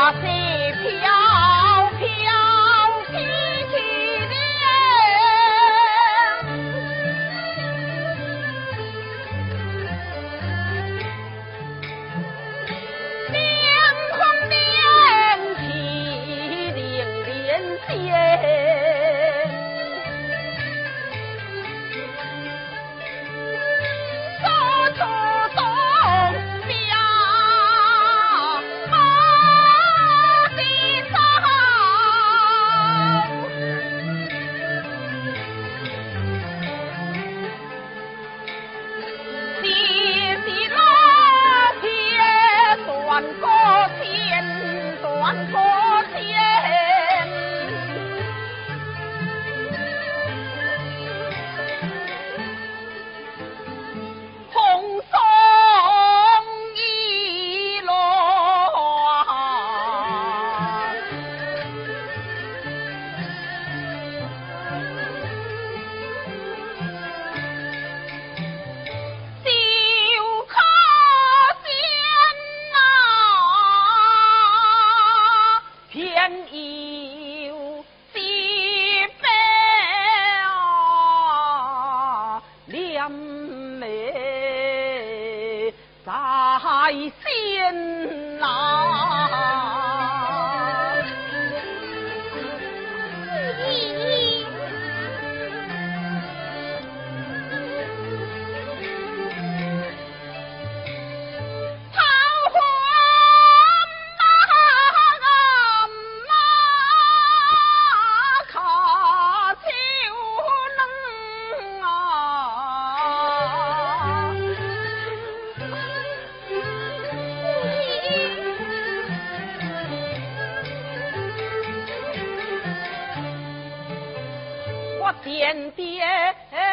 点点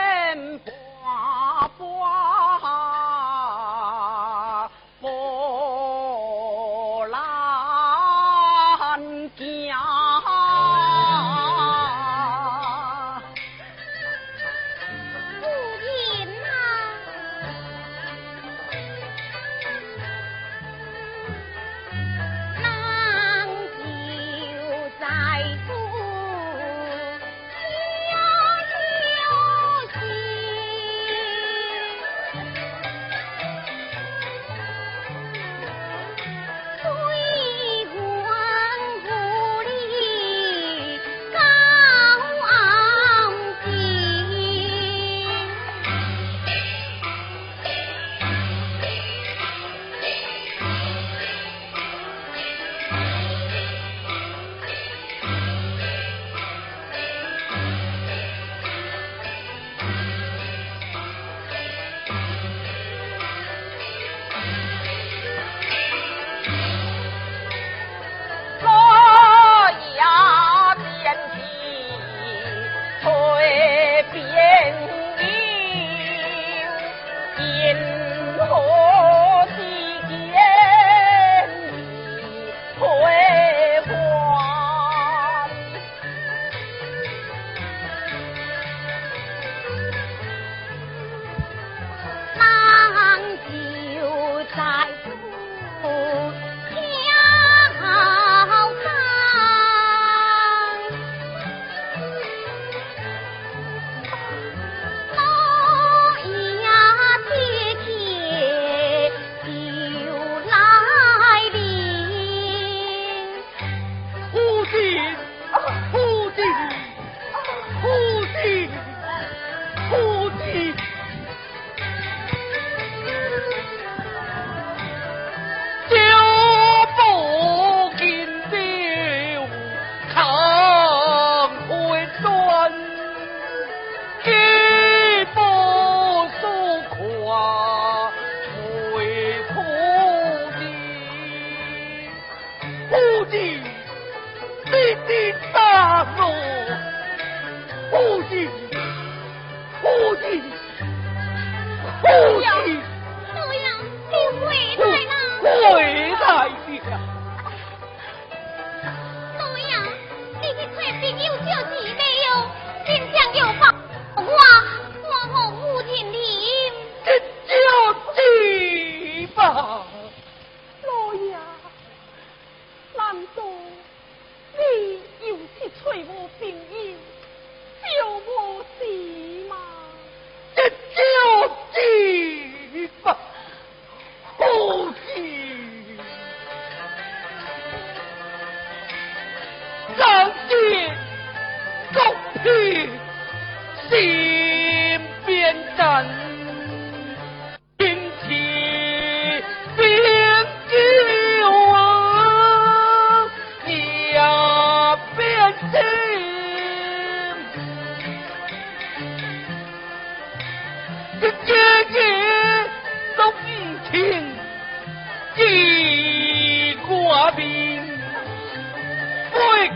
拨波澜江， 不言啊，郎就在府。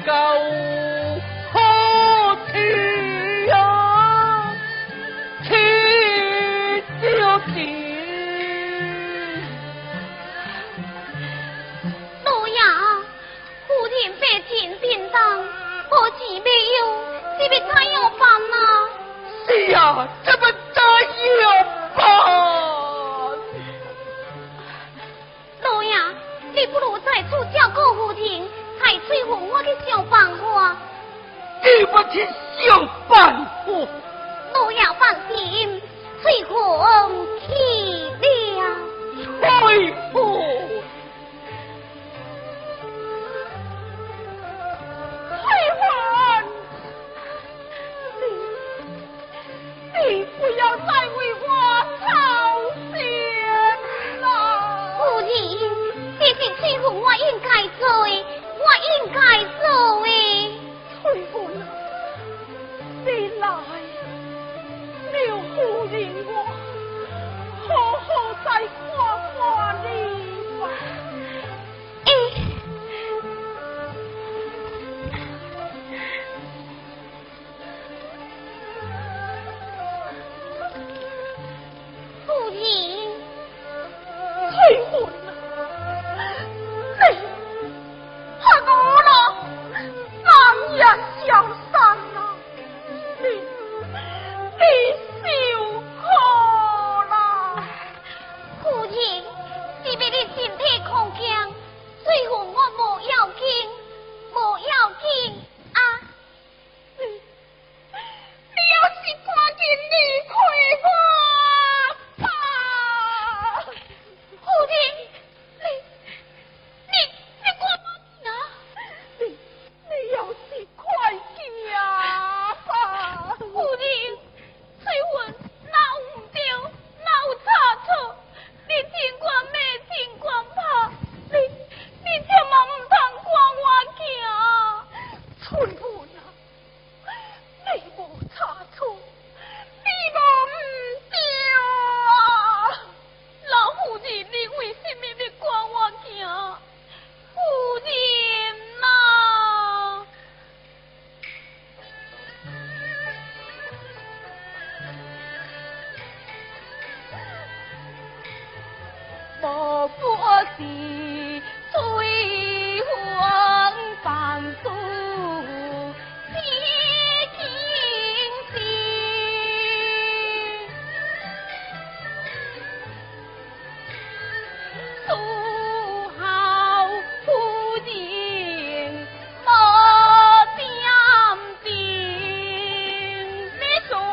够好听呀，听就听。 老爷，父亲被请便当，何其没有，是不太有饭啊？ 是呀，这么怎有办？ 老爷，你不如再出叫过父亲，才催婚我的想办法。 你不去想办法。 老爷放心，催婚去了。 催婚。你不要再为我操心了。 父亲，这是催婚我应该做的，我应该做的。 催婚啊，你来留夫人我，好好再看看你吧。 父亲， 催婚啊！你怕我了，暗夜相散啊！你受苦啦！ 父亲，是被你身体康健，催婚我无要紧，无要紧啊！ 你要是赶紧离开我吧！ 父亲，你赶我啊！ 你要是快行吧！ 父亲，催婚哪有唔对，哪有差错？你尽管骂，尽管拍，你千万唔通赶我行。 催婚啊！你无差错，你无唔对啊！ 老父亲，你为什么要赶我行？父亲呐！ 无过是催婚凡事知情事，做好夫人无点定，你做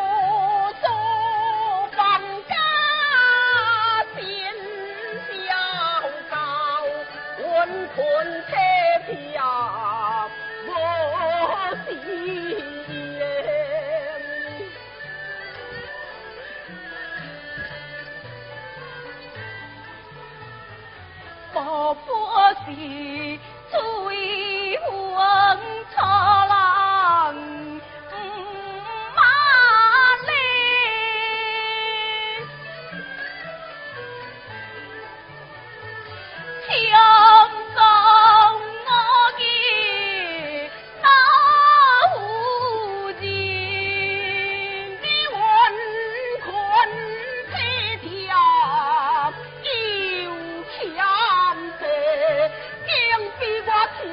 万家先小高，温困车票无时无不是催婚错人马嘞，强中我的老夫人，你温困车条又强势，硬逼我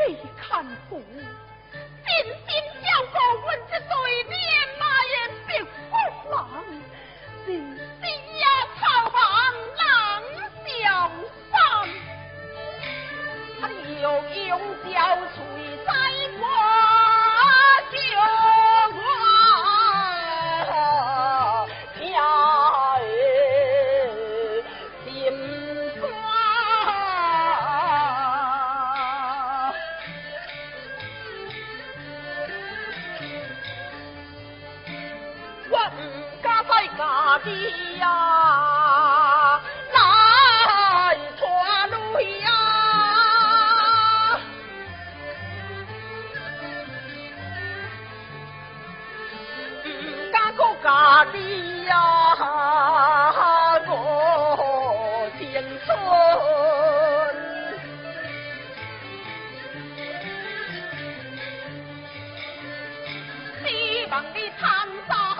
你看顾，真心照顾阮这对连马也别不郎，人死也草房人小三，他又用脚捶在我胸啊，听心酸。我唔敢在家己呀，来拖累呀，唔敢讲家己呀，我青春。希望你参照。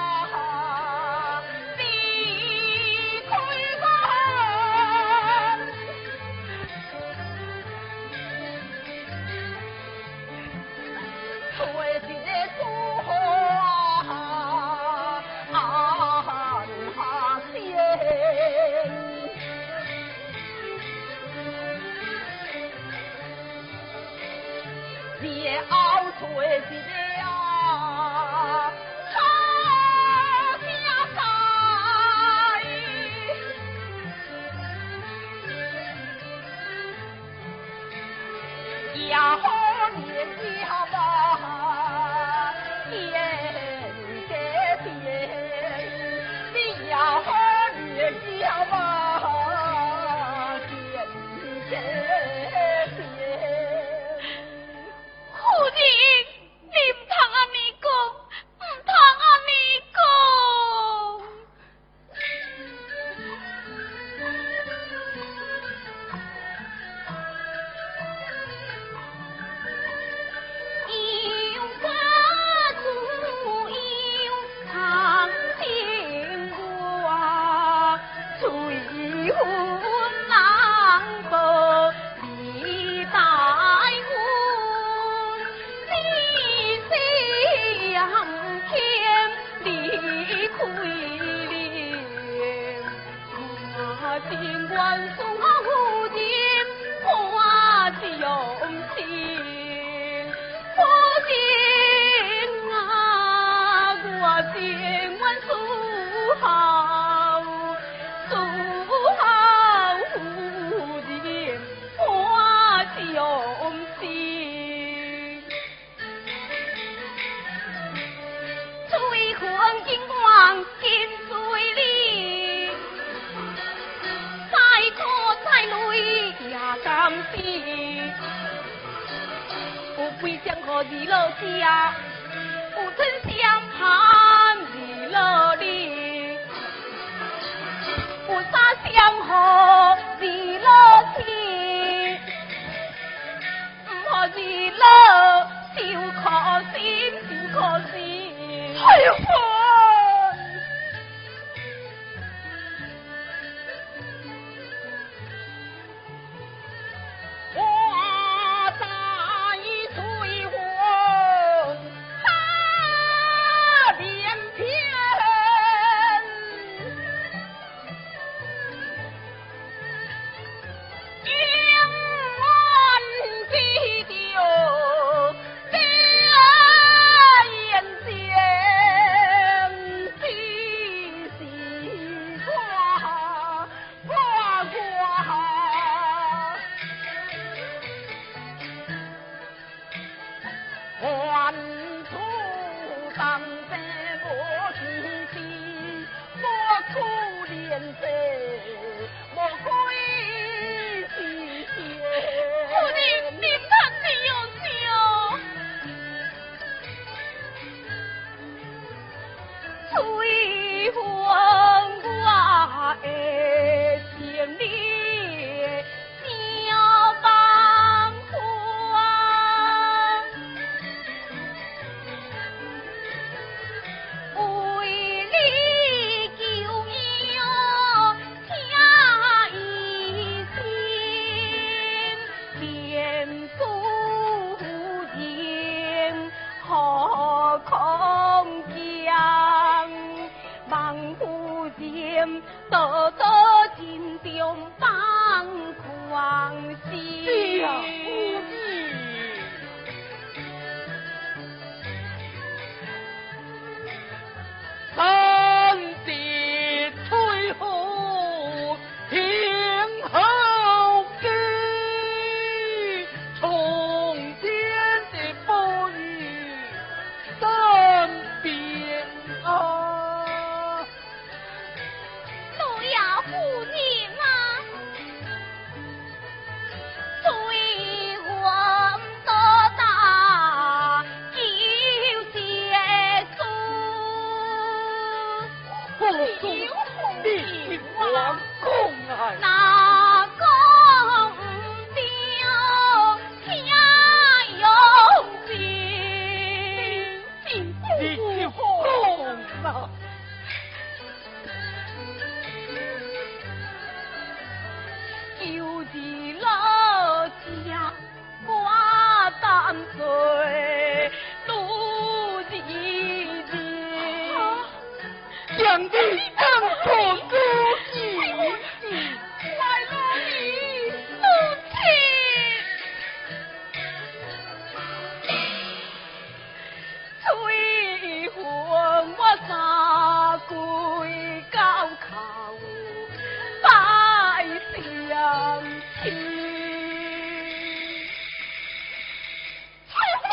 夜熬做一个啊，好声哉，也好年家吧，演个变，你也好年家吧，演个变。 夫人，你唔通安尼讲，唔通安尼讲。有家主有长情话，催婚人报李大婚。情愿送我夫人看用心，夫人啊，我情愿输好夫人看用心，催婚金光金水里。再累也甘心，有贵相和二老吃，有春相盼二老离，有沙相和二老吃，唔好二老受苦心，受苦心。 哎呦！ 多多尽中放狂心。 三弟翠湖听好给，从天的风雨身边啊， 路亚夫人啊，追魂多大救结束。 你王公啊， 那公标天用尽， 你就公啊！ 救济老家寡担罪，路日日。 将你当作自己， 来了你母亲，催婚我三跪高叩拜相亲。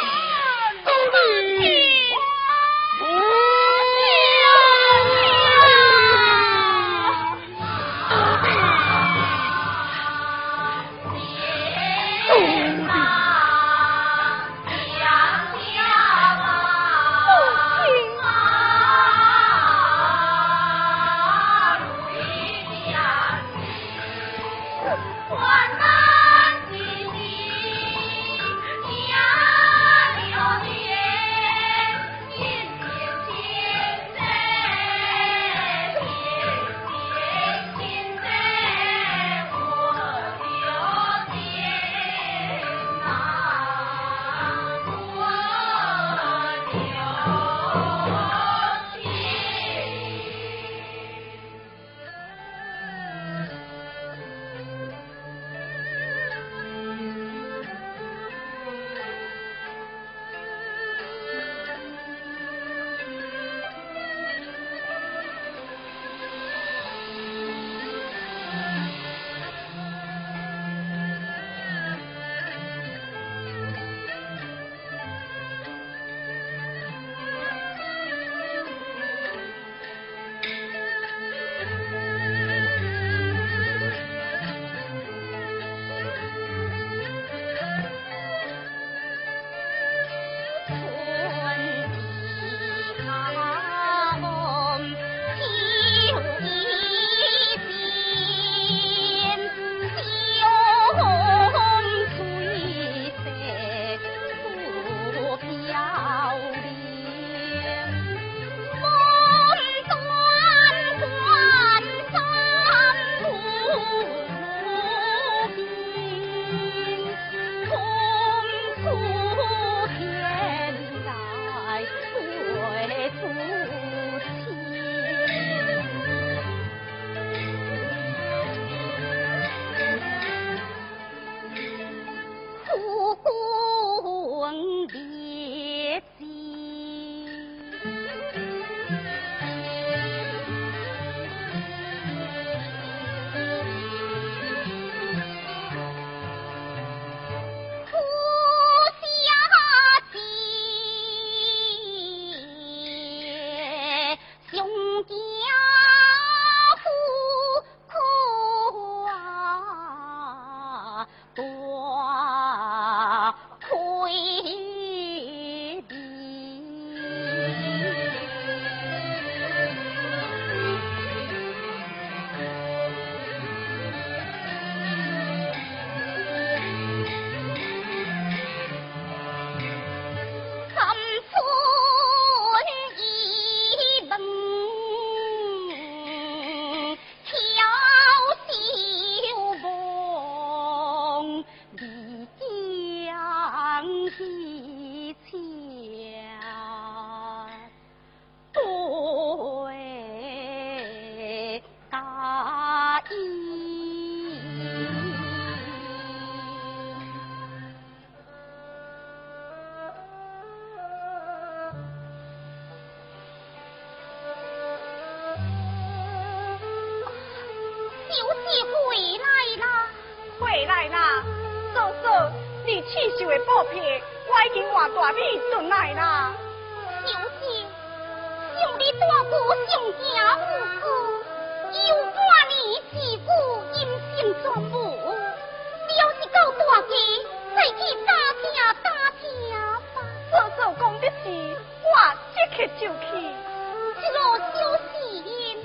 气受的布片，我已经换大米转来啦。 小姐，想你大哥上家无辜，有半年之故，阴性全无。你要是到大家，再去打听吧。 嫂嫂讲的是，我即刻就去。 一路小心。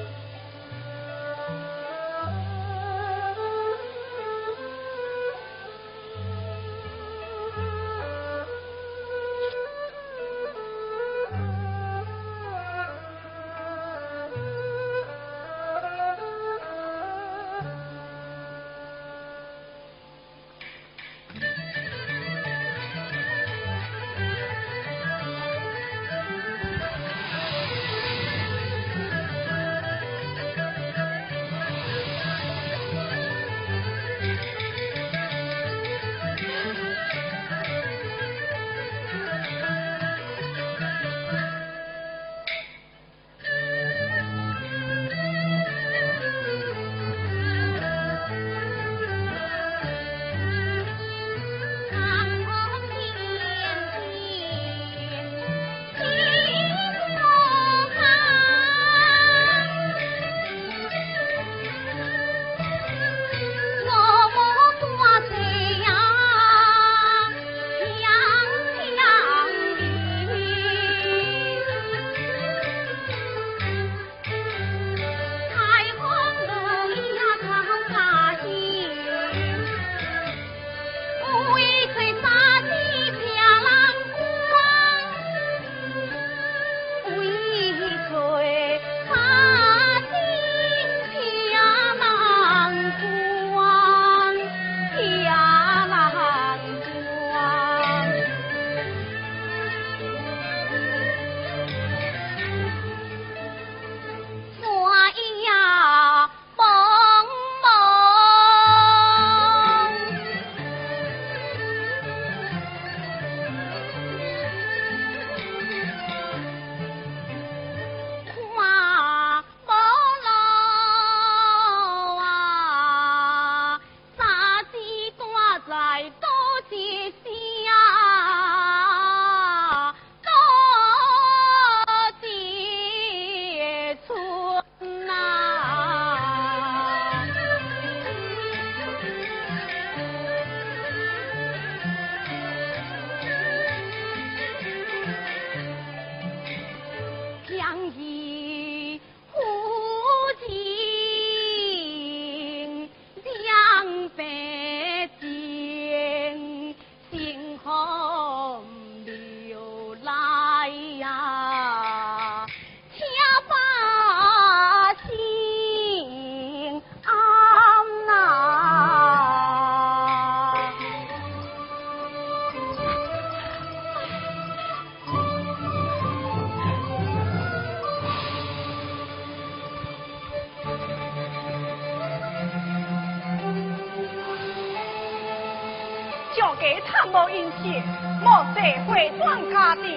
叫家探无音信，莫说回转家庭。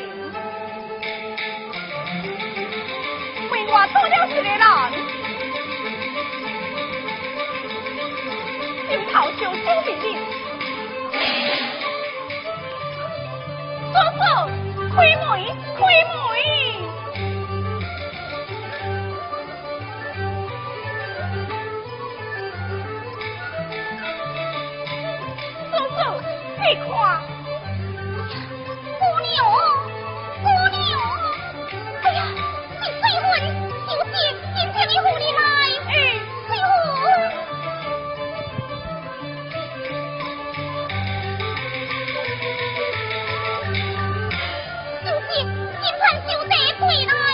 为我多了一个人，心头就苦命令。嫂嫂，开门，开门！你看， 姑娘，姑娘，哎呀，你催婚，小姐，今天你护你来，催婚。小姐，今盼小弟回来，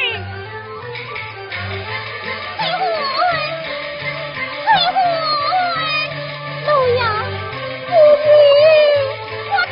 催婚，催婚，老爷，夫人。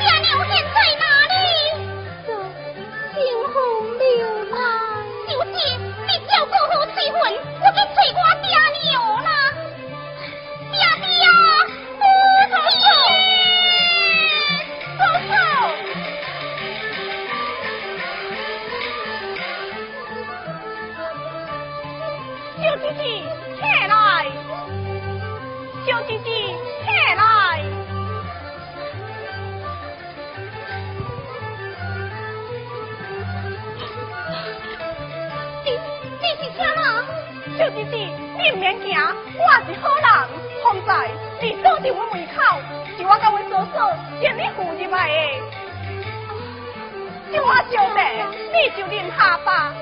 伫阮门口，是我甲阮嫂嫂请你赴入来的。这我小弟，你就忍下吧。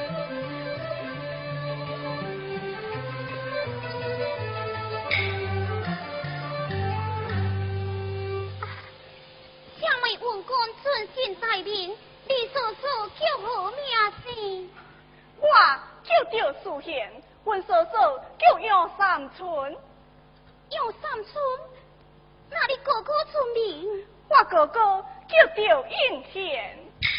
请问文官尊姓大名？你嫂嫂叫何名字？ 我叫赵素贤，阮嫂嫂叫杨三春。 杨三春，那你哥哥出名？ 我哥哥叫赵应贤。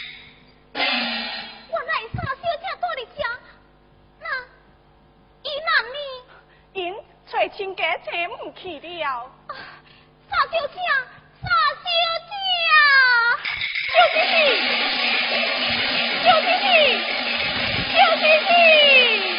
原来三小姐住伫遮，那伊哪呢？ 因找亲家找唔去了。 三小姐，三小姐， 赵姐姐，赵姐姐，赵姐姐。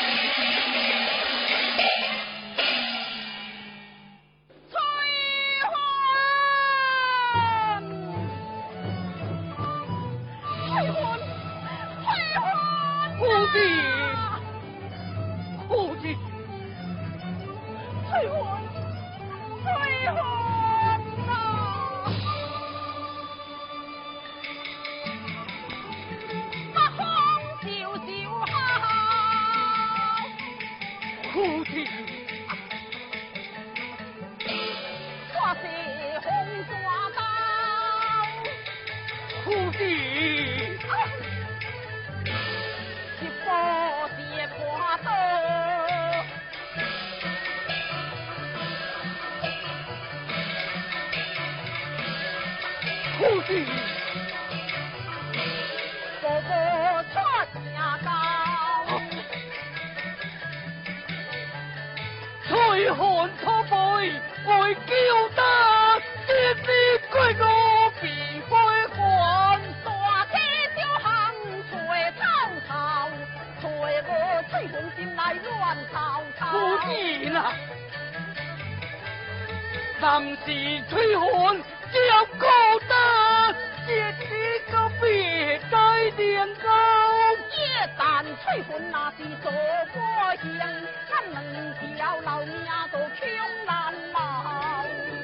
男士吹寒叫高德，姐姐个别该点高。 一旦吹寒那是做过乡，咱两条老命都穷难冒。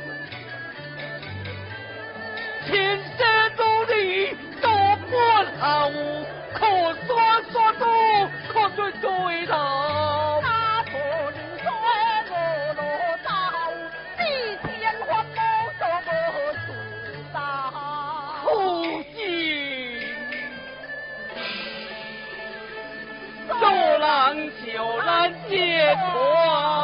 天色都离多半后，可刷刷多，可追追头。小兰解脱。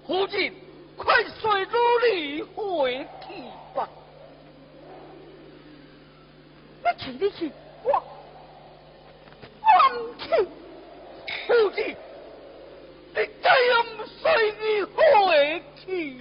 夫人，快随着你回去吧。 你去，我唔去。 夫人，你再也唔随你回去。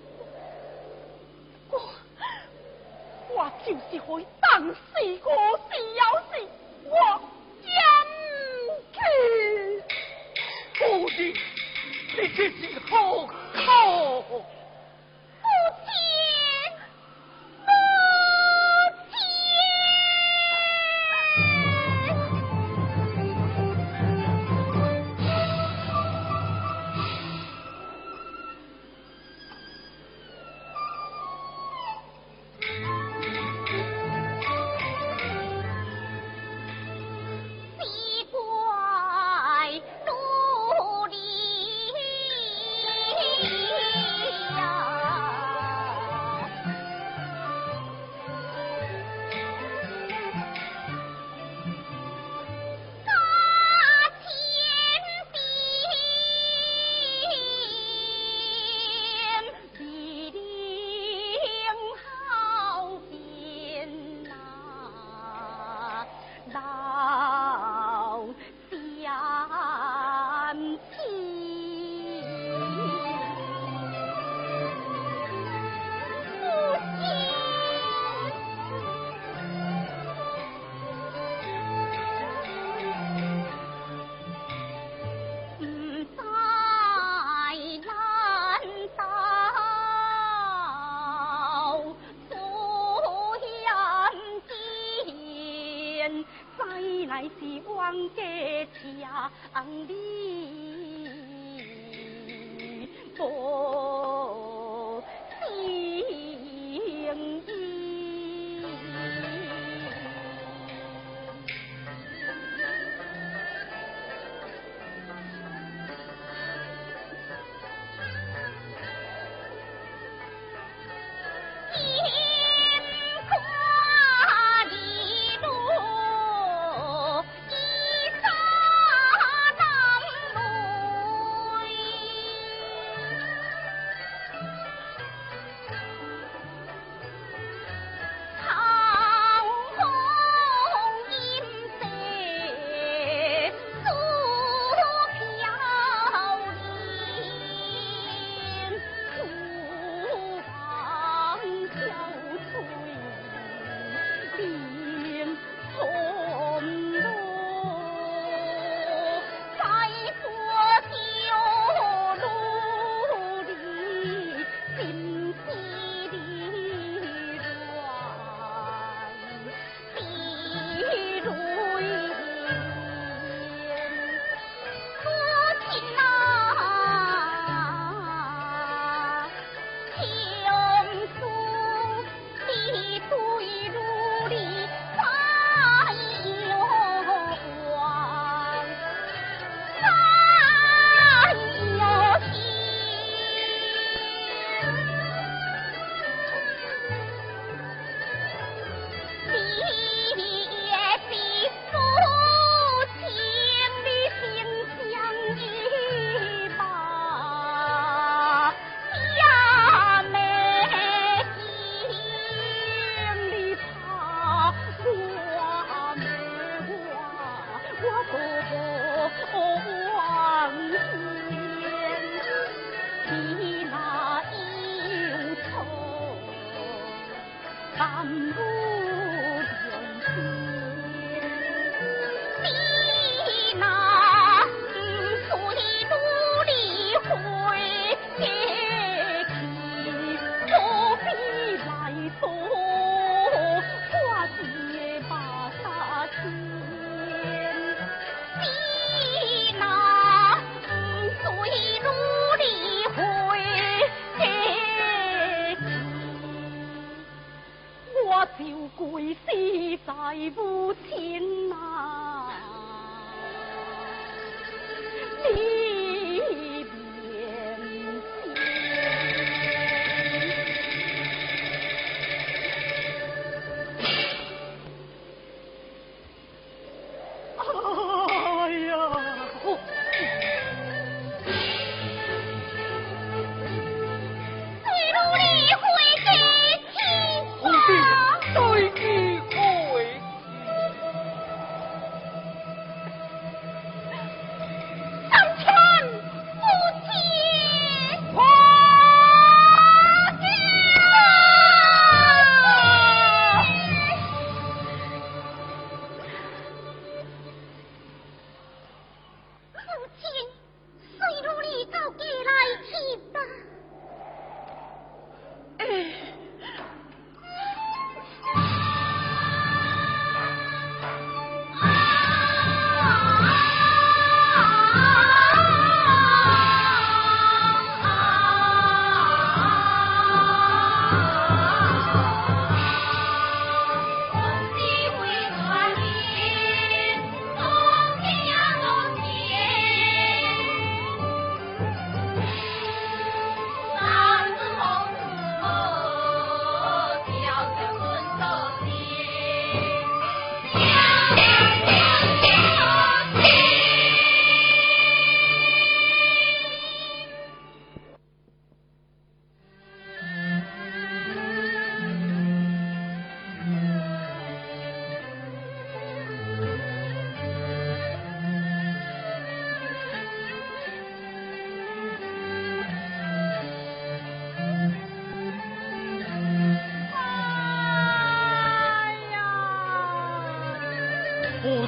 我就是会当死我是要死，我也唔去。 夫人，你这是好口。 父亲，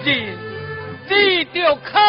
人，你就靠